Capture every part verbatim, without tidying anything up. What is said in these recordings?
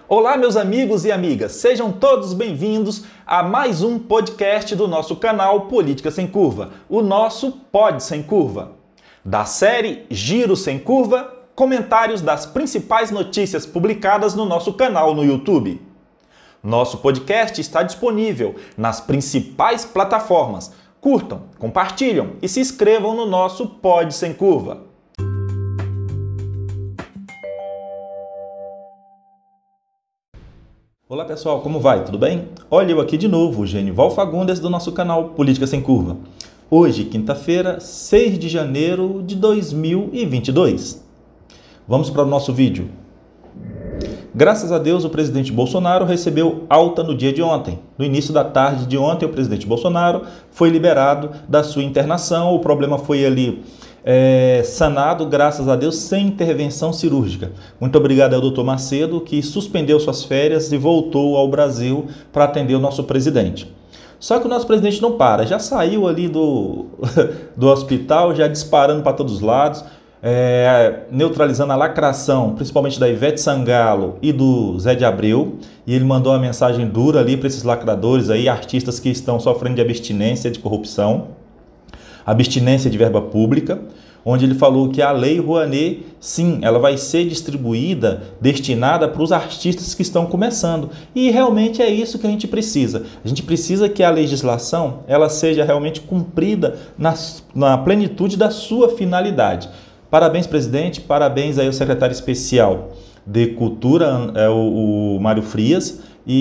Olá, meus amigos e amigas, sejam todos bem-vindos a mais um podcast do nosso canal Política Sem Curva, o nosso Pod Sem Curva. Da série Giro Sem Curva, comentários das principais notícias publicadas no nosso canal no YouTube. Nosso podcast está disponível nas principais plataformas. Curtam, compartilham e se inscrevam no nosso Pod Sem Curva. Olá pessoal, como vai? Tudo bem? Olha eu aqui de novo, o Genival Fagundes do nosso canal Política Sem Curva. Hoje, quinta-feira, seis de janeiro de dois mil e vinte e dois. Vamos para o nosso vídeo. Graças a Deus, o presidente Bolsonaro recebeu alta no dia de ontem. No início da tarde de ontem, o presidente Bolsonaro foi liberado da sua internação. O problema foi ali é, sanado, graças a Deus, sem intervenção cirúrgica. Muito obrigado ao doutor Macedo, que suspendeu suas férias e voltou ao Brasil para atender o nosso presidente. Só que o nosso presidente não para, já saiu ali do, do hospital, já disparando para todos os lados, É, neutralizando a lacração, principalmente da Ivete Sangalo e do Zé de Abreu, e ele mandou uma mensagem dura ali para esses lacradores aí, artistas que estão sofrendo de abstinência de corrupção, abstinência de verba pública, onde ele falou que a Lei Rouanet, sim, ela vai ser distribuída, destinada para os artistas que estão começando. E realmente é isso que a gente precisa. A gente precisa que a legislação ela seja realmente cumprida na, na plenitude da sua finalidade. Parabéns, presidente, parabéns aí ao secretário especial de Cultura, é, o, o Mário Frias,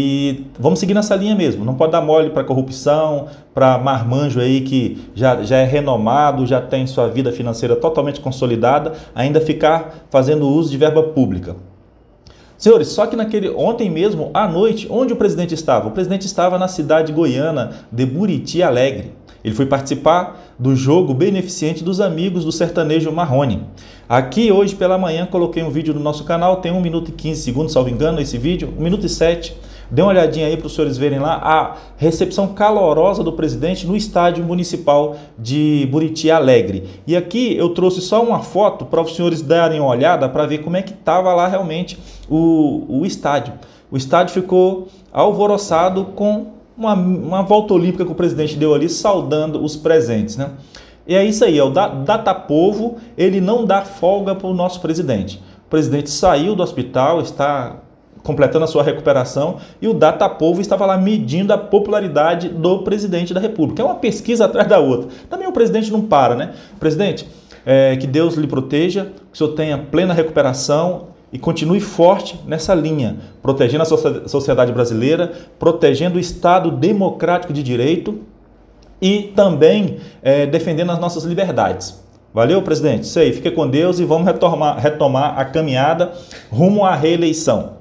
e vamos seguir nessa linha mesmo, não pode dar mole para corrupção, para marmanjo aí que já, já é renomado, já tem sua vida financeira totalmente consolidada, ainda ficar fazendo uso de verba pública. Senhores, só que naquele, ontem mesmo, à noite, onde o presidente estava? O presidente estava na cidade goiana de Buriti Alegre. Ele foi participar do jogo beneficente dos amigos do sertanejo Marrone. Aqui, hoje pela manhã, coloquei um vídeo no nosso canal, tem um minuto e quinze segundos, salvo engano, esse vídeo, um minuto e sete. Dê uma olhadinha aí para os senhores verem lá a recepção calorosa do presidente no estádio municipal de Buriti Alegre. E aqui eu trouxe só uma foto para os senhores darem uma olhada para ver como é que estava lá realmente o, o estádio. O estádio ficou alvoroçado com Uma, uma volta olímpica que o presidente deu ali, saudando os presentes, né? E é isso aí, é o Datapovo, ele não dá folga para o nosso presidente. O presidente saiu do hospital, está completando a sua recuperação, e o Datapovo estava lá medindo a popularidade do presidente da República. É uma pesquisa atrás da outra. Também o presidente não para, né? Presidente, é, que Deus lhe proteja, que o senhor tenha plena recuperação, e continue forte nessa linha, protegendo a sociedade brasileira, protegendo o Estado democrático de direito e também é, defendendo as nossas liberdades. Valeu, presidente? Isso aí, fique com Deus e vamos retomar, retomar a caminhada rumo à reeleição.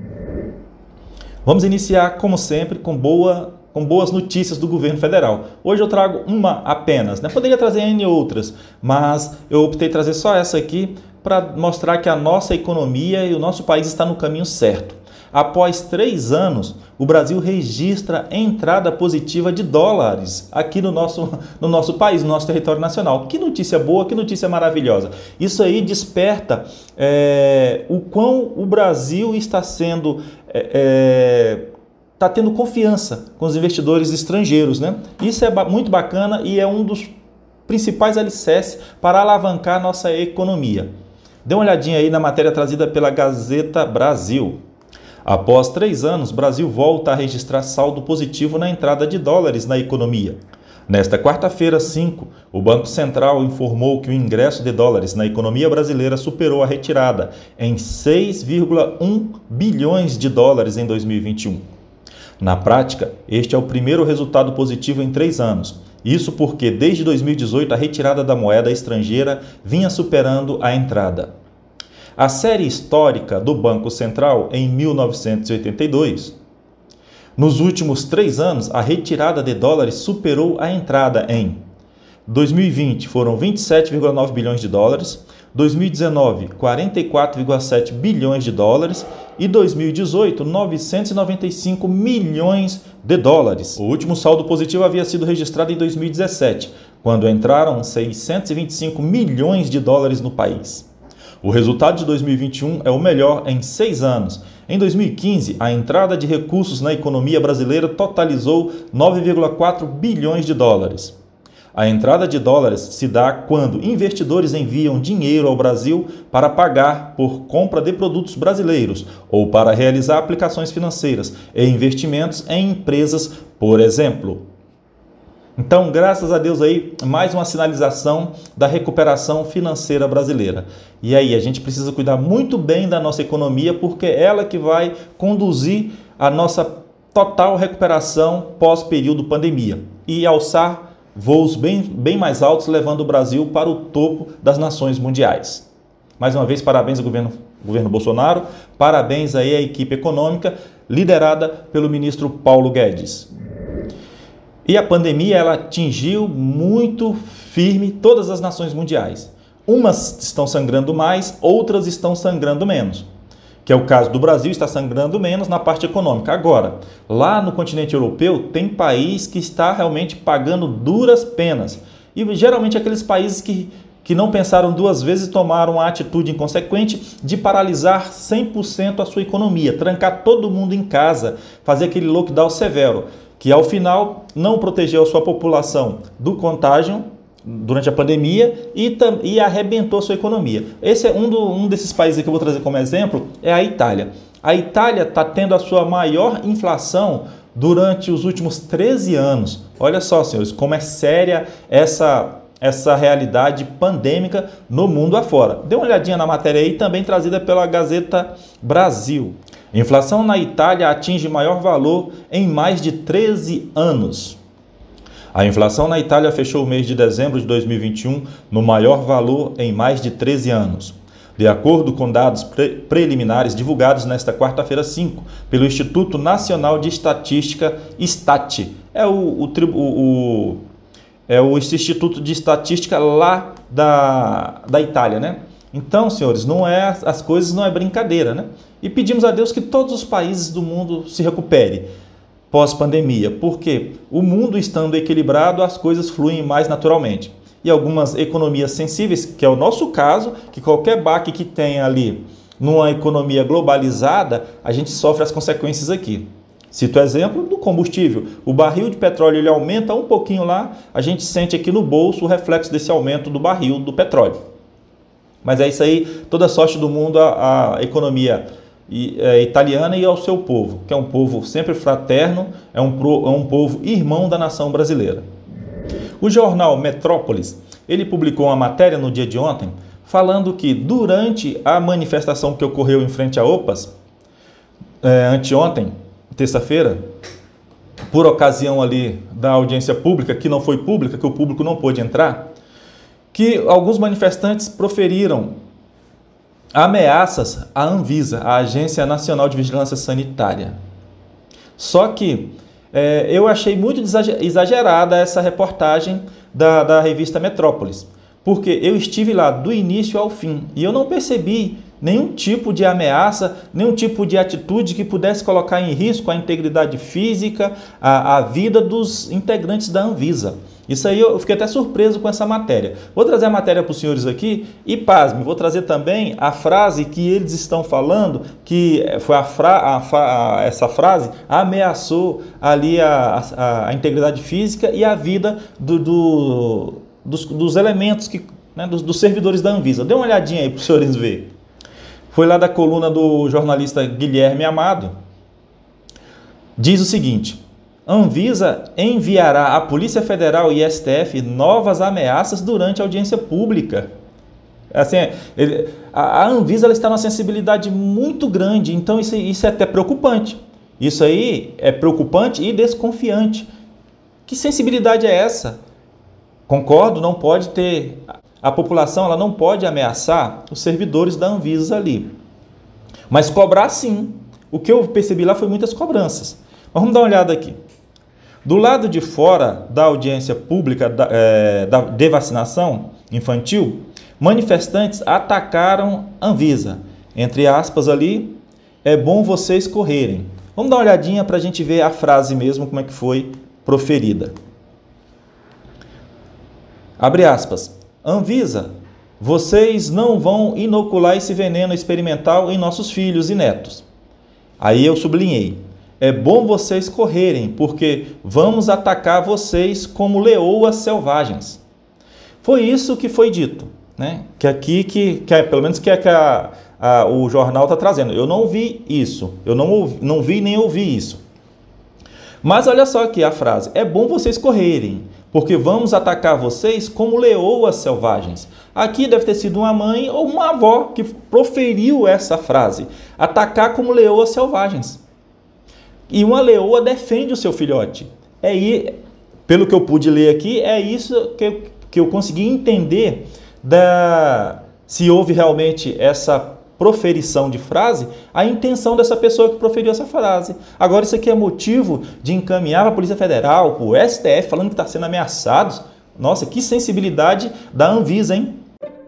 Vamos iniciar, como sempre, com, boa, com boas notícias do governo federal. Hoje eu trago uma apenas, né? Poderia trazer N outras, mas eu optei trazer só essa aqui, para mostrar que a nossa economia e o nosso país está no caminho certo. Após três anos, o Brasil registra entrada positiva de dólares aqui no nosso, no nosso país, no nosso território nacional. Que notícia boa, que notícia maravilhosa. Isso aí desperta é, o quão o Brasil está sendo... É, é, está tendo confiança com os investidores estrangeiros, né? Isso é muito bacana e é um dos principais alicerces para alavancar a nossa economia. Dê uma olhadinha aí na matéria trazida pela Gazeta Brasil. Após três anos, o Brasil volta a registrar saldo positivo na entrada de dólares na economia. Nesta quarta-feira, cinco, o Banco Central informou que o ingresso de dólares na economia brasileira superou a retirada em seis vírgula um bilhões de dólares em dois mil e vinte e um. Na prática, este é o primeiro resultado positivo em três anos. Isso porque, desde dois mil e dezoito, a retirada da moeda estrangeira vinha superando a entrada. A série histórica do Banco Central, em mil novecentos e oitenta e dois, nos últimos três anos, a retirada de dólares superou a entrada em dois mil e vinte, foram vinte e sete vírgula nove bilhões de dólares, dois mil e dezenove, quarenta e quatro vírgula sete bilhões de dólares e dois mil e dezoito, novecentos e noventa e cinco milhões de dólares. O último saldo positivo havia sido registrado em dois mil e dezessete, quando entraram seiscentos e vinte e cinco milhões de dólares no país. O resultado de dois mil e vinte e um é o melhor em seis anos, Em dois mil e quinze, a entrada de recursos na economia brasileira totalizou nove vírgula quatro bilhões de dólares. A entrada de dólares se dá quando investidores enviam dinheiro ao Brasil para pagar por compra de produtos brasileiros ou para realizar aplicações financeiras e investimentos em empresas, por exemplo. Então, graças a Deus aí, mais uma sinalização da recuperação financeira brasileira. E aí, a gente precisa cuidar muito bem da nossa economia, porque é ela que vai conduzir a nossa total recuperação pós-período pandemia e alçar voos bem, bem mais altos, levando o Brasil para o topo das nações mundiais. Mais uma vez, parabéns ao governo, governo Bolsonaro, parabéns aí à equipe econômica liderada pelo ministro Paulo Guedes. E a pandemia ela atingiu muito firme todas as nações mundiais. Umas estão sangrando mais, outras estão sangrando menos. Que é o caso do Brasil, está sangrando menos na parte econômica. Agora, lá no continente europeu, tem país que está realmente pagando duras penas. E geralmente aqueles países que, que não pensaram duas vezes tomaram a atitude inconsequente de paralisar cem por cento a sua economia, trancar todo mundo em casa, fazer aquele lockdown severo, que ao final não protegeu a sua população do contágio durante a pandemia e, e arrebentou a sua economia. Esse é um, do, um desses países que eu vou trazer como exemplo, é a Itália. A Itália está tendo a sua maior inflação durante os últimos treze anos. Olha só, senhores, como é séria essa, essa realidade pandêmica no mundo afora. Dê uma olhadinha na matéria aí, também trazida pela Gazeta Brasil. A inflação na Itália atinge maior valor em mais de treze anos. A inflação na Itália fechou o mês de dezembro de dois mil e vinte e um no maior valor em mais de treze anos. De acordo com dados pre preliminares divulgados nesta quarta-feira cinco pelo Instituto Nacional de Estatística, STAT, é o, o, o, é o Instituto de Estatística lá da, da Itália, né? Então, senhores, não é, as coisas não é brincadeira, né? E pedimos a Deus que todos os países do mundo se recuperem pós-pandemia, porque o mundo estando equilibrado, as coisas fluem mais naturalmente. E algumas economias sensíveis, que é o nosso caso, que qualquer baque que tenha ali numa economia globalizada, a gente sofre as consequências aqui. Cito o exemplo do combustível. O barril de petróleo ele aumenta um pouquinho lá, a gente sente aqui no bolso o reflexo desse aumento do barril do petróleo. Mas é isso aí, toda sorte do mundo a, a economia italiana e ao seu povo, que é um povo sempre fraterno, é um, pro, é um povo irmão da nação brasileira. O jornal Metrópolis, ele publicou uma matéria no dia de ontem, falando que durante a manifestação que ocorreu em frente à OPAS, é, anteontem, terça-feira, por ocasião ali da audiência pública, que não foi pública, que o público não pôde entrar, que alguns manifestantes proferiram ameaças à Anvisa, a Agência Nacional de Vigilância Sanitária. Só que é, eu achei muito exagerada essa reportagem da, da revista Metrópolis, porque eu estive lá do início ao fim e eu não percebi nenhum tipo de ameaça, nenhum tipo de atitude que pudesse colocar em risco a integridade física, a, a vida dos integrantes da Anvisa. Isso aí eu fiquei até surpreso com essa matéria. Vou trazer a matéria para os senhores aqui e, pasme, vou trazer também a frase que eles estão falando, que foi a, fra a, a essa frase ameaçou ali a, a, a integridade física e a vida do, do, dos, dos elementos, que, né, dos, dos servidores da Anvisa. Dê uma olhadinha aí para os senhores verem. Foi lá da coluna do jornalista Guilherme Amado. Diz o seguinte: Anvisa enviará à Polícia Federal e S T F novas ameaças durante a audiência pública. Assim, ele, a, a Anvisa ela está numa sensibilidade muito grande, então isso, isso é até preocupante. Isso aí é preocupante e desconfiante. Que sensibilidade é essa? Concordo, não pode ter... A população ela não pode ameaçar os servidores da Anvisa ali. Mas cobrar sim. O que eu percebi lá foi muitas cobranças. Mas vamos dar uma olhada aqui. Do lado de fora da audiência pública da, é, da, de vacinação infantil, manifestantes atacaram Anvisa. Entre aspas ali, é bom vocês correrem. Vamos dar uma olhadinha para a gente ver a frase mesmo, como é que foi proferida. Abre aspas. Anvisa, vocês não vão inocular esse veneno experimental em nossos filhos e netos. Aí eu sublinhei: é bom vocês correrem, porque vamos atacar vocês como leoas selvagens. Foi isso que foi dito, né? Que aqui, que, que é, pelo menos que é que a, a, o jornal está trazendo. Eu não vi isso, eu não, ouvi, não vi nem ouvi isso. Mas olha só aqui a frase: é bom vocês correrem, porque vamos atacar vocês como leoas selvagens. Aqui deve ter sido uma mãe ou uma avó que proferiu essa frase: atacar como leoas selvagens. E uma leoa defende o seu filhote. É aí, pelo que eu pude ler aqui, é isso que eu, que eu consegui entender da, se houve realmente essa proferição de frase, a intenção dessa pessoa que proferiu essa frase. Agora, isso aqui é motivo de encaminhar para a Polícia Federal, para o S T F, falando que está sendo ameaçado. Nossa, que sensibilidade da Anvisa, hein?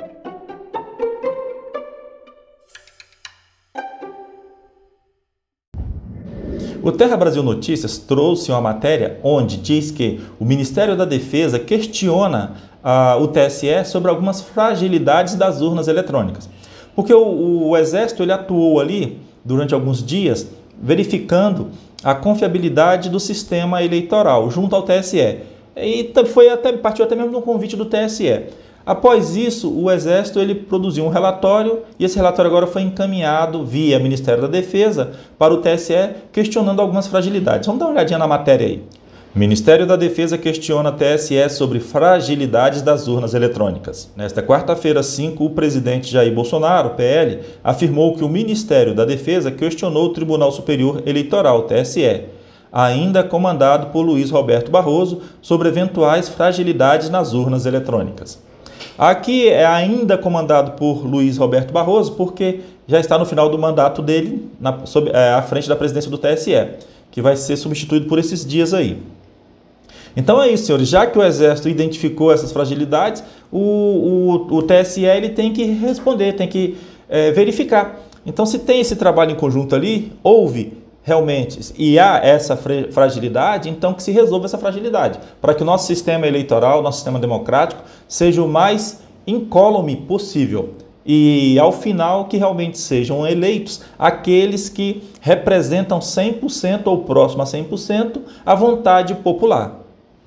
O Terra Brasil Notícias trouxe uma matéria onde diz que o Ministério da Defesa questiona uh, o T S E sobre algumas fragilidades das urnas eletrônicas. Porque o, o Exército ele atuou ali durante alguns dias verificando a confiabilidade do sistema eleitoral junto ao T S E. E foi até, partiu até mesmo no convite do T S E. Após isso, o Exército ele produziu um relatório e esse relatório agora foi encaminhado via Ministério da Defesa para o T S E, questionando algumas fragilidades. Vamos dar uma olhadinha na matéria aí. O Ministério da Defesa questiona T S E sobre fragilidades das urnas eletrônicas. Nesta quarta-feira, cinco, o presidente Jair Bolsonaro, P L, afirmou que o Ministério da Defesa questionou o Tribunal Superior Eleitoral, T S E, ainda comandado por Luiz Roberto Barroso, sobre eventuais fragilidades nas urnas eletrônicas. Aqui é ainda comandado por Luiz Roberto Barroso, porque já está no final do mandato dele, na, sob, é, à frente da presidência do T S E, que vai ser substituído por esses dias aí. Então é isso, senhores. Já que o Exército identificou essas fragilidades, o, o, o T S E ele tem que responder, tem que é, verificar. Então, se tem esse trabalho em conjunto ali, houve realmente, e há essa fragilidade, então que se resolva essa fragilidade, para que o nosso sistema eleitoral, nosso sistema democrático, seja o mais incólume possível. E, ao final, que realmente sejam eleitos aqueles que representam cem por cento ou próximo a cem por cento a vontade popular.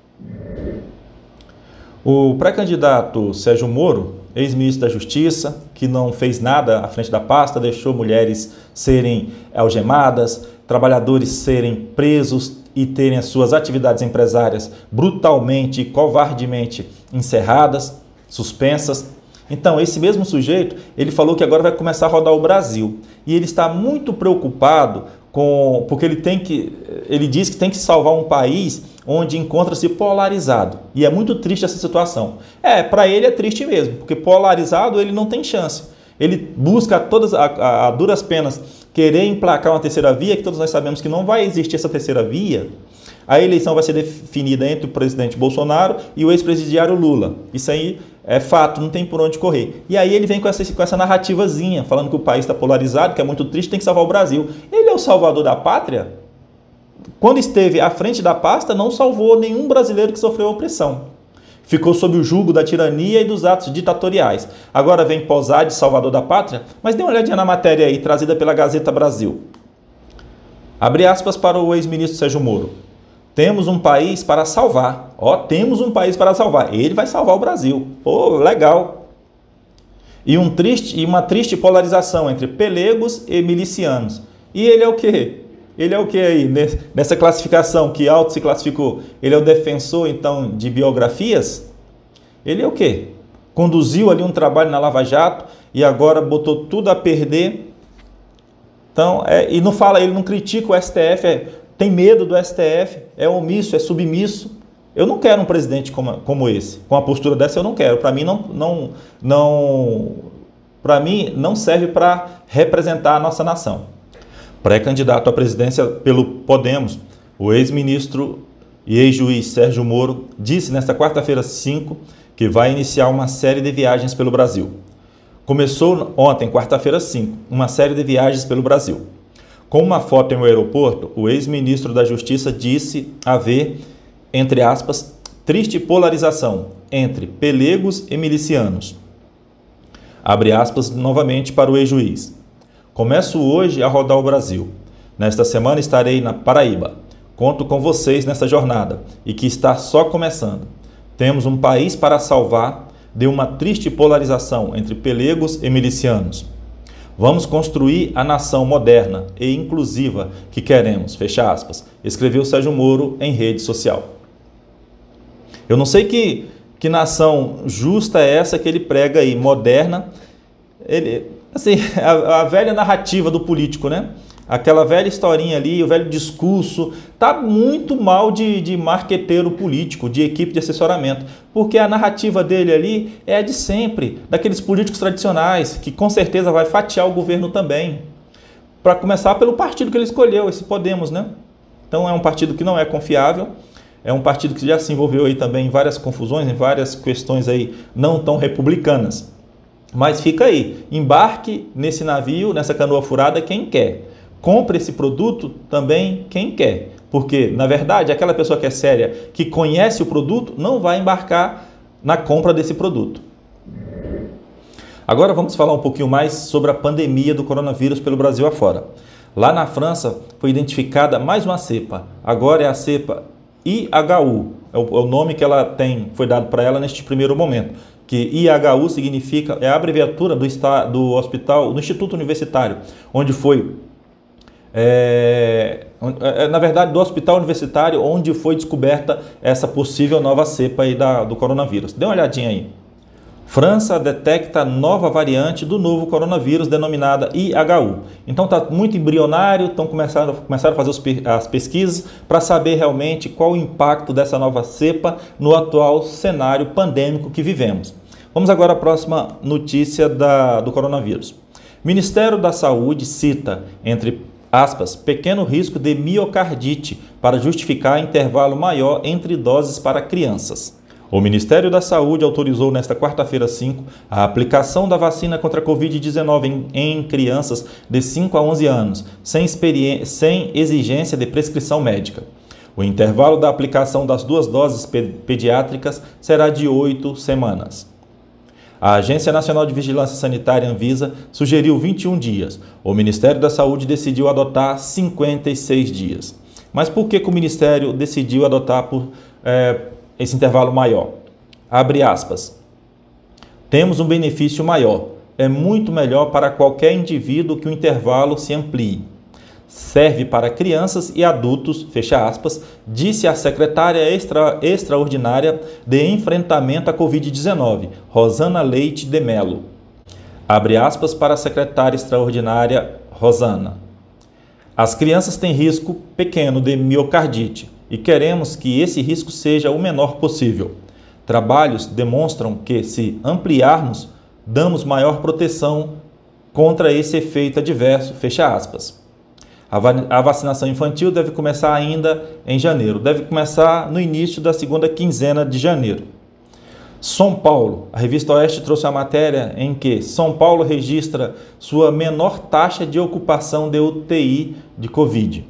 O pré-candidato Sérgio Moro, ex-ministro da Justiça, que não fez nada à frente da pasta, deixou mulheres serem algemadas, trabalhadores serem presos e terem as suas atividades empresárias brutalmente e covardemente encerradas, suspensas. Então, esse mesmo sujeito, ele falou que agora vai começar a rodar o Brasil. E ele está muito preocupado com, porque ele tem que, ele diz que tem que salvar um país onde encontra-se polarizado. E é muito triste essa situação. É, para ele é triste mesmo, porque polarizado ele não tem chance. Ele busca todas a, a, a duras penas querer emplacar uma terceira via, que todos nós sabemos que não vai existir essa terceira via. A eleição vai ser definida entre o presidente Bolsonaro e o ex-presidiário Lula. Isso aí é fato, não tem por onde correr. E aí ele vem com essa, com essa narrativazinha, falando que o país está polarizado, que é muito triste, tem que salvar o Brasil. Ele é o salvador da pátria? Quando esteve à frente da pasta, não salvou nenhum brasileiro que sofreu opressão. Ficou sob o jugo da tirania e dos atos ditatoriais. Agora vem posar de salvador da pátria? Mas dê uma olhadinha na matéria aí, trazida pela Gazeta Brasil. Abre aspas para o ex-ministro Sérgio Moro. Temos um país para salvar. Ó, temos um país para salvar. Ele vai salvar o Brasil. Pô, legal. E, um triste, e uma triste polarização entre pelegos e milicianos. E ele é o quê? Ele é o que aí, nessa classificação que auto se classificou? Ele é o defensor, então, de biografias? Ele é o quê? Conduziu ali um trabalho na Lava Jato e agora botou tudo a perder. Então, é, e não fala, ele não critica o S T F, é, tem medo do S T F, é omisso, é submisso. Eu não quero um presidente como, como esse. Com a postura dessa eu não quero. Para mim, não, não, não, para mim, não serve para representar a nossa nação. Pré-candidato à presidência pelo Podemos, o ex-ministro e ex-juiz Sérgio Moro disse nesta quarta-feira cinco que vai iniciar uma série de viagens pelo Brasil. Começou ontem, quarta-feira cinco, uma série de viagens pelo Brasil. Com uma foto em um aeroporto, o ex-ministro da Justiça disse haver, entre aspas, triste polarização entre pelegos e milicianos. Abre aspas novamente para o ex-juiz. Começo hoje a rodar o Brasil. Nesta semana estarei na Paraíba. Conto com vocês nessa jornada e que está só começando. Temos um país para salvar de uma triste polarização entre pelegos e milicianos. Vamos construir a nação moderna e inclusiva que queremos, fecha aspas, escreveu Sérgio Moro em rede social. Eu não sei que, que nação justa é essa que ele prega aí, moderna. Ele, assim, a, a velha narrativa do político, né? Aquela velha historinha ali, o velho discurso, tá muito mal de, de marqueteiro político, de equipe de assessoramento, porque a narrativa dele ali é a de sempre, daqueles políticos tradicionais, que com certeza vai fatiar o governo também. Para começar pelo partido que ele escolheu, esse Podemos, né? Então é um partido que não é confiável, é um partido que já se envolveu aí também em várias confusões, em várias questões aí não tão republicanas. Mas fica aí, embarque nesse navio, nessa canoa furada quem quer. Compre esse produto também quem quer, porque, na verdade, aquela pessoa que é séria, que conhece o produto, não vai embarcar na compra desse produto. Agora vamos falar um pouquinho mais sobre a pandemia do coronavírus pelo Brasil afora. Lá na França foi identificada mais uma cepa, agora é a cepa I H U, é o nome que ela tem, foi dado para ela neste primeiro momento, que I H U significa, é a abreviatura do, do hospital, do Instituto Universitário, onde foi É, na verdade, do hospital universitário onde foi descoberta essa possível nova cepa aí da, do coronavírus. Dê uma olhadinha aí. França detecta nova variante do novo coronavírus denominada I H U. Então está muito embrionário, estão começando, começaram a fazer os, as pesquisas para saber realmente qual o impacto dessa nova cepa no atual cenário pandêmico que vivemos. Vamos agora à próxima notícia da, do coronavírus. Ministério da Saúde cita, entre aspas, pequeno risco de miocardite para justificar intervalo maior entre doses para crianças. O Ministério da Saúde autorizou nesta quarta-feira cinco a aplicação da vacina contra a covid dezenove em, em crianças de cinco a onze anos, sem, sem exigência de prescrição médica. O intervalo da aplicação das duas doses pediátricas será de oito semanas. A Agência Nacional de Vigilância Sanitária, Anvisa, sugeriu vinte e um dias. O Ministério da Saúde decidiu adotar cinquenta e seis dias. Mas por que, que o Ministério decidiu adotar por, é, esse intervalo maior? Abre aspas. Temos um benefício maior. É muito melhor para qualquer indivíduo que o intervalo se amplie. Serve para crianças e adultos, fecha aspas, disse a secretária extra, extraordinária de enfrentamento à covid dezenove, Rosana Leite de Mello. Abre aspas para a secretária extraordinária Rosana. As crianças têm risco pequeno de miocardite e queremos que esse risco seja o menor possível. Trabalhos demonstram que, se ampliarmos, damos maior proteção contra esse efeito adverso, fecha aspas. A vacinação infantil deve começar ainda em janeiro, deve começar no início da segunda quinzena de janeiro. São Paulo, a revista Oeste trouxe a matéria em que São Paulo registra sua menor taxa de ocupação de U T I de Covid.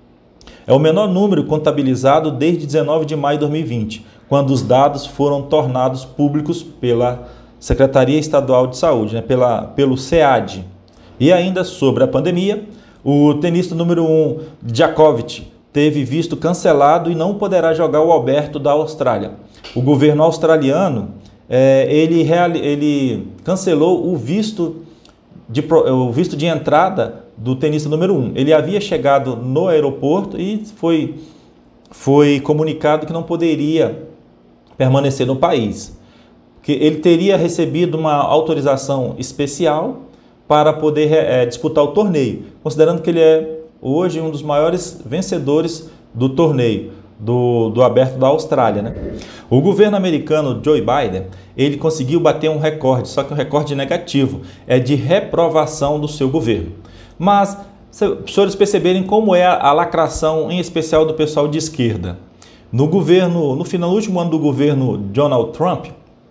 É o menor número contabilizado desde dezenove de maio de dois mil e vinte, quando os dados foram tornados públicos pela Secretaria Estadual de Saúde, né, pela, pelo SEAD. E ainda sobre a pandemia, o tenista número um, Djokovic, teve visto cancelado e não poderá jogar o Aberto da Austrália. O governo australiano é, ele, ele cancelou o visto, de, o visto de entrada do tenista número um. Ele havia chegado no aeroporto e foi, foi comunicado que não poderia permanecer no país. Que ele teria recebido uma autorização especial para poder é, disputar o torneio, considerando que ele é hoje um dos maiores vencedores do torneio, do, do Aberto da Austrália, né? O governo americano Joe Biden, ele conseguiu bater um recorde, só que um recorde negativo, é de reprovação do seu governo. Mas, se os senhores perceberem como é a, a lacração, em especial do pessoal de esquerda. No governo, no final, no último ano do governo Donald Trump,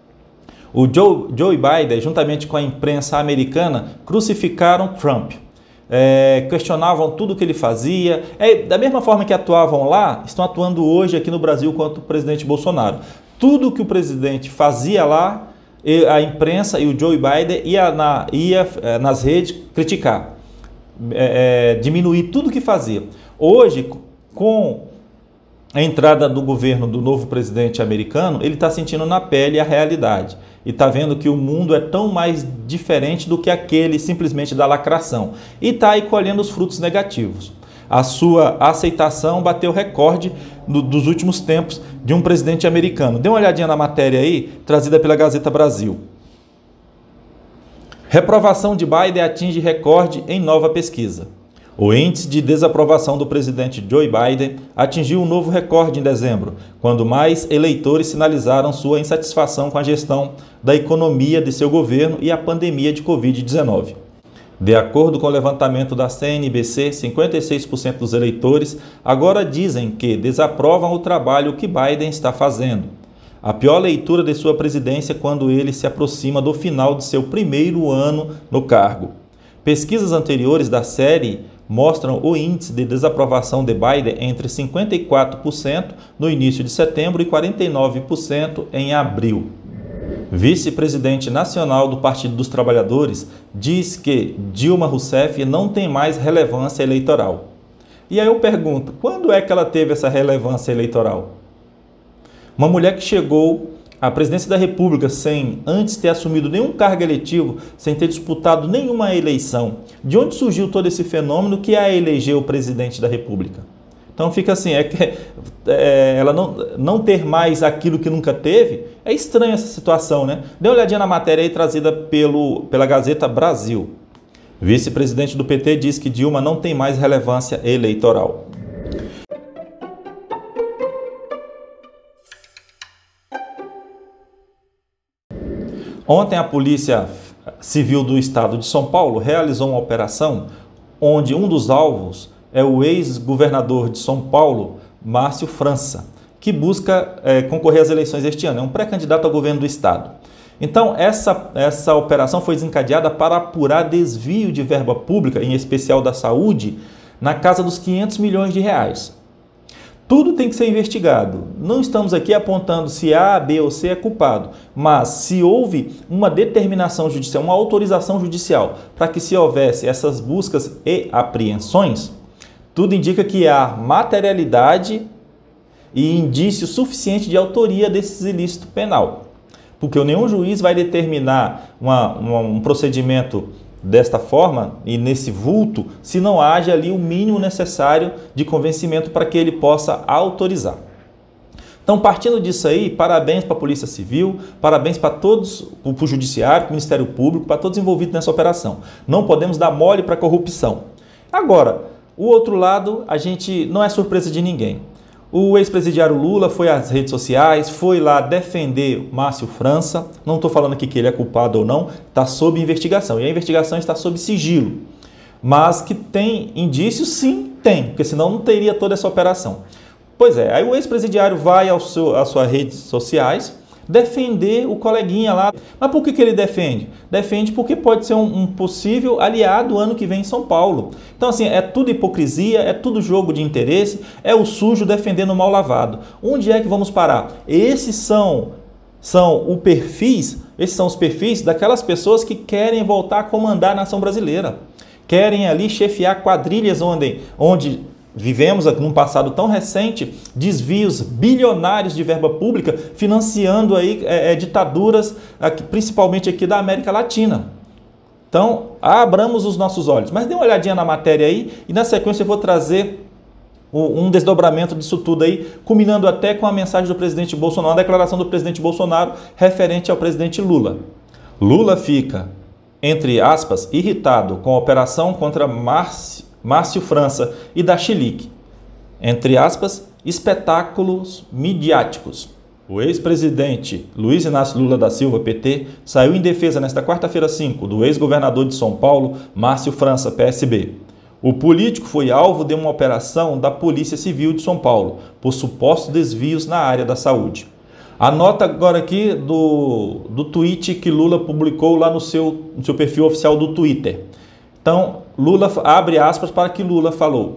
o Joe, Joe Biden, juntamente com a imprensa americana, crucificaram Trump. É, questionavam tudo o que ele fazia. É, da mesma forma que atuavam lá, estão atuando hoje aqui no Brasil contra o presidente Bolsonaro. Tudo que o presidente fazia lá, a imprensa e o Joe Biden ia, na, ia nas redes criticar. é, diminuir tudo que fazia. Hoje, com a entrada do governo do novo presidente americano, ele está sentindo na pele a realidade e está vendo que o mundo é tão mais diferente do que aquele simplesmente da lacração e está aí colhendo os frutos negativos. A sua aceitação bateu recorde do, dos últimos tempos de um presidente americano. Dê uma olhadinha na matéria aí, trazida pela Gazeta Brasil. Reprovação de Biden atinge recorde em nova pesquisa. O índice de desaprovação do presidente Joe Biden atingiu um novo recorde em dezembro, quando mais eleitores sinalizaram sua insatisfação com a gestão da economia de seu governo e a pandemia de covid dezenove. De acordo com o levantamento da C N B C, cinquenta e seis por cento dos eleitores agora dizem que desaprovam o trabalho que Biden está fazendo. A pior leitura de sua presidência quando ele se aproxima do final de seu primeiro ano no cargo. Pesquisas anteriores da série mostram o índice de desaprovação de Biden entre cinquenta e quatro por cento no início de setembro e quarenta e nove por cento em abril. Vice-presidente nacional do Partido dos Trabalhadores diz que Dilma Rousseff não tem mais relevância eleitoral. E aí eu pergunto, quando é que ela teve essa relevância eleitoral? Uma mulher que chegou à presidência da República sem antes ter assumido nenhum cargo eletivo, sem ter disputado nenhuma eleição. De onde surgiu todo esse fenômeno que a elegeu o presidente da República? Então fica assim, é que é, ela não, não ter mais aquilo que nunca teve, é estranha essa situação, né? Dê uma olhadinha na matéria aí trazida pelo, pela Gazeta Brasil. Vice-presidente do P T diz que Dilma não tem mais relevância eleitoral. Ontem a Polícia Civil do Estado de São Paulo realizou uma operação onde um dos alvos é o ex-governador de São Paulo, Márcio França, que busca é, concorrer às eleições este ano, é um pré-candidato ao governo do estado. Então, essa, essa operação foi desencadeada para apurar desvio de verba pública, em especial da saúde, na casa dos quinhentos milhões de reais. Tudo tem que ser investigado. Não estamos aqui apontando se A, B ou C é culpado, mas se houve uma determinação judicial, uma autorização judicial para que se houvesse essas buscas e apreensões, tudo indica que há materialidade e indício suficiente de autoria desse ilícito penal. Porque nenhum juiz vai determinar uma, uma, um procedimento desta forma e nesse vulto se não haja ali o mínimo necessário de convencimento para que ele possa autorizar. Então, partindo disso aí, parabéns para a Polícia Civil, parabéns para todos, para o Judiciário, para o Ministério Público, para todos envolvidos nessa operação. Não podemos dar mole para a corrupção. Agora, o outro lado, a gente não é surpresa de ninguém. O ex-presidiário Lula foi às redes sociais, foi lá defender Márcio França. Não estou falando aqui que ele é culpado ou não, está sob investigação. E a investigação está sob sigilo. Mas que tem indícios, sim, tem, porque senão não teria toda essa operação. Pois é, aí o ex-presidiário vai ao seu, às suas redes sociais defender o coleguinha lá. Mas por que, que ele defende? Defende porque pode ser um, um possível aliado ano que vem em São Paulo. Então, assim, é tudo hipocrisia, é tudo jogo de interesse, é o sujo defendendo o mal lavado. Onde é que vamos parar? Esses são, são o perfis, esses são os perfis daquelas pessoas que querem voltar a comandar a nação brasileira. Querem ali chefiar quadrilhas onde... onde vivemos num passado tão recente desvios bilionários de verba pública financiando aí, é, é, ditaduras, aqui, principalmente aqui da América Latina. Então, abramos os nossos olhos. Mas dê uma olhadinha na matéria aí e na sequência eu vou trazer um desdobramento disso tudo aí, culminando até com a mensagem do presidente Bolsonaro, a declaração do presidente Bolsonaro referente ao presidente Lula. Lula fica, entre aspas, irritado com a operação contra Márcio Márcio França e da Chilique, entre aspas, espetáculos midiáticos. O ex-presidente Luiz Inácio Lula da Silva, P T, saiu em defesa nesta quarta-feira cinco do ex-governador de São Paulo, Márcio França, P S B. O político foi alvo de uma operação da Polícia Civil de São Paulo, por supostos desvios na área da saúde. A nota agora aqui do, do tweet que Lula publicou lá no seu, no seu perfil oficial do Twitter. Então, Lula abre aspas para que Lula falou.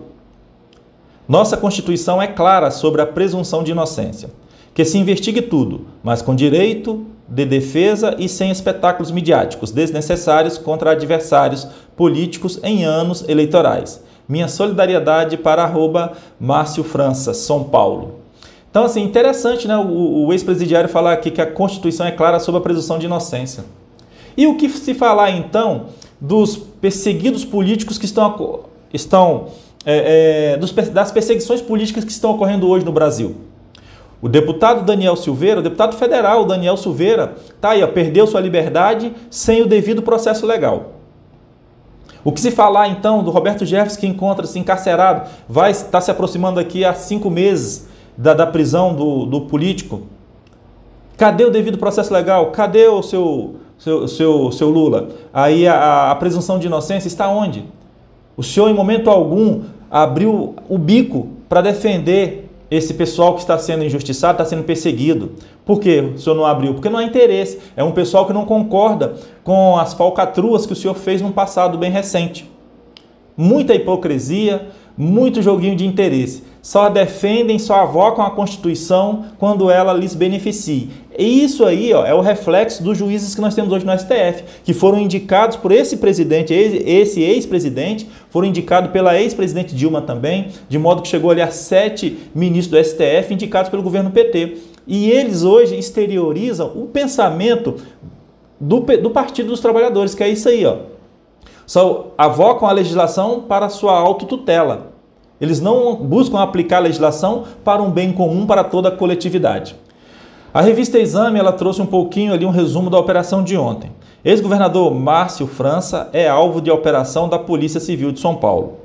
Nossa Constituição é clara sobre a presunção de inocência, que se investigue tudo, mas com direito de defesa e sem espetáculos midiáticos desnecessários contra adversários políticos em anos eleitorais. Minha solidariedade para arroba Márcio França, São Paulo. Então, assim, interessante, né, o, o ex-presidiário falar aqui que a Constituição é clara sobre a presunção de inocência. E o que se falar, então, dos perseguidos políticos que estão, estão é, é, dos, das perseguições políticas que estão ocorrendo hoje no Brasil? O deputado Daniel Silveira, o deputado federal Daniel Silveira, tá aí, ó, perdeu sua liberdade sem o devido processo legal. O que se falar, então, do Roberto Jefferson, que encontra-se encarcerado, vai estar se aproximando aqui há cinco meses da, da prisão do, do político? Cadê o devido processo legal? Cadê o seu, seu, seu, seu Lula? Aí a, a presunção de inocência está onde? O senhor, em momento algum, abriu o bico para defender esse pessoal que está sendo injustiçado, está sendo perseguido. Por que o senhor não abriu? Porque não há interesse. É um pessoal que não concorda com as falcatruas que o senhor fez num passado bem recente. Muita hipocrisia, muito joguinho de interesse. Só defendem, só avocam a Constituição quando ela lhes beneficie. E isso aí, ó, é o reflexo dos juízes que nós temos hoje no S T F, que foram indicados por esse presidente, esse ex-presidente, foram indicados pela ex-presidente Dilma também, de modo que chegou ali a sete ministros do S T F indicados pelo governo P T. E eles hoje exteriorizam o pensamento do, do Partido dos Trabalhadores, que é isso aí, ó. Só avocam a legislação para a sua autotutela. Eles não buscam aplicar a legislação para um bem comum para toda a coletividade. A revista Exame ela trouxe um pouquinho ali um resumo da operação de ontem. Ex-governador Márcio França é alvo de operação da Polícia Civil de São Paulo.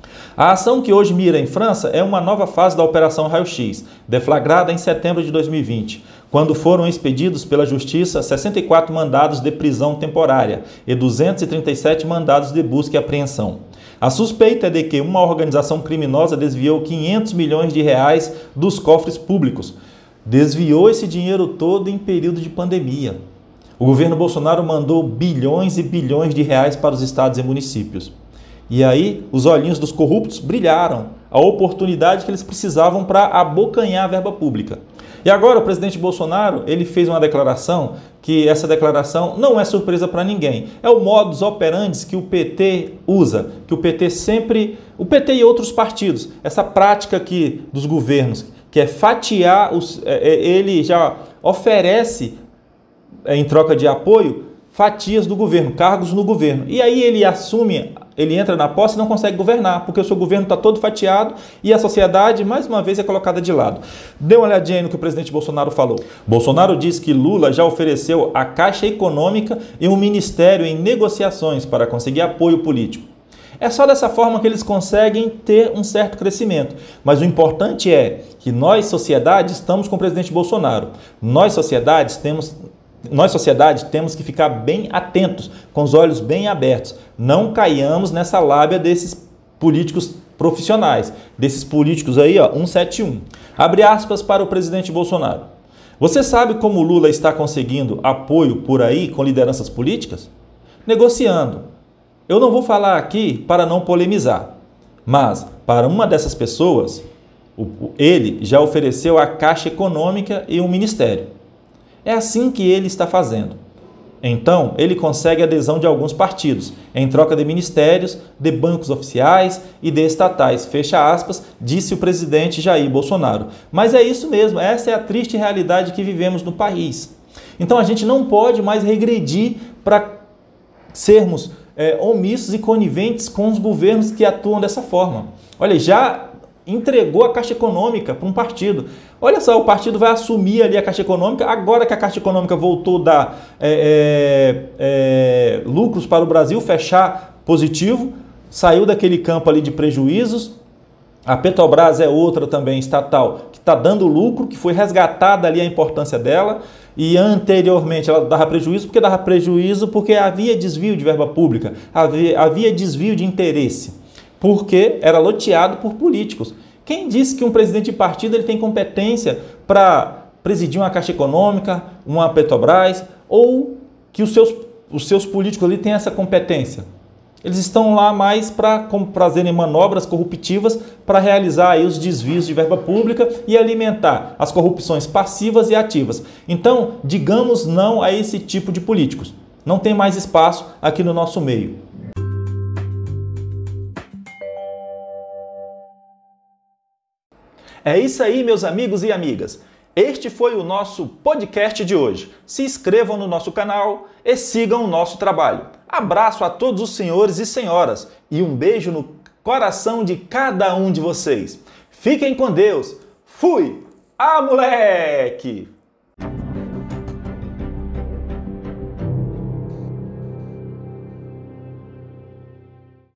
A ação que hoje mira em França é uma nova fase da Operação Raio-X, deflagrada em setembro de dois mil e vinte, quando foram expedidos pela Justiça sessenta e quatro mandados de prisão temporária e duzentos e trinta e sete mandados de busca e apreensão. A suspeita é de que uma organização criminosa desviou quinhentos milhões de reais dos cofres públicos. Desviou esse dinheiro todo em período de pandemia. O governo Bolsonaro mandou bilhões e bilhões de reais para os estados e municípios. E aí, os olhinhos dos corruptos brilharam, a oportunidade que eles precisavam para abocanhar a verba pública. E agora o presidente Bolsonaro, ele fez uma declaração, que essa declaração não é surpresa para ninguém. É o modus operandi que o P T usa, que o P T sempre, o P T e outros partidos, essa prática aqui dos governos, que é fatiar, os, ele já oferece, em troca de apoio, fatias do governo, cargos no governo. E aí ele assume, ele entra na posse e não consegue governar, porque o seu governo está todo fatiado e a sociedade, mais uma vez, é colocada de lado. Dê uma olhadinha aí no que o presidente Bolsonaro falou. Bolsonaro diz que Lula já ofereceu a Caixa Econômica e um ministério em negociações para conseguir apoio político. É só dessa forma que eles conseguem ter um certo crescimento. Mas o importante é que nós, sociedade, estamos com o presidente Bolsonaro. Nós, sociedades, temos... Nós, sociedade, temos que ficar bem atentos, com os olhos bem abertos. Não caiamos nessa lábia desses políticos profissionais, desses políticos aí, ó, cento e setenta e um. Abre aspas para o presidente Bolsonaro. Você sabe como Lula está conseguindo apoio por aí com lideranças políticas? Negociando. Eu não vou falar aqui para não polemizar, mas para uma dessas pessoas, ele já ofereceu a Caixa Econômica e um ministério. É assim que ele está fazendo. Então, ele consegue a adesão de alguns partidos, em troca de ministérios, de bancos oficiais e de estatais, fecha aspas, disse o presidente Jair Bolsonaro. Mas é isso mesmo, essa é a triste realidade que vivemos no país. Então, a gente não pode mais regredir para sermos é, omissos e coniventes com os governos que atuam dessa forma. Olha, já entregou a Caixa Econômica para um partido. Olha só, o partido vai assumir ali a Caixa Econômica, agora que a Caixa Econômica voltou a dar é, é, é, lucros para o Brasil, fechar positivo, saiu daquele campo ali de prejuízos. A Petrobras é outra também estatal que está dando lucro, que foi resgatada ali a importância dela, e anteriormente ela dava prejuízo, porque dava prejuízo porque havia desvio de verba pública, havia, havia desvio de interesse, porque era loteado por políticos. Quem disse que um presidente de partido ele tem competência para presidir uma Caixa Econômica, uma Petrobras, ou que os seus, os seus políticos ali têm essa competência? Eles estão lá mais para fazerem manobras corruptivas para realizar aí os desvios de verba pública e alimentar as corrupções passivas e ativas. Então, digamos não a esse tipo de políticos. Não tem mais espaço aqui no nosso meio. É isso aí, meus amigos e amigas. Este foi o nosso podcast de hoje. Se inscrevam no nosso canal e sigam o nosso trabalho. Abraço a todos os senhores e senhoras e um beijo no coração de cada um de vocês. Fiquem com Deus. Fui! Ah, moleque!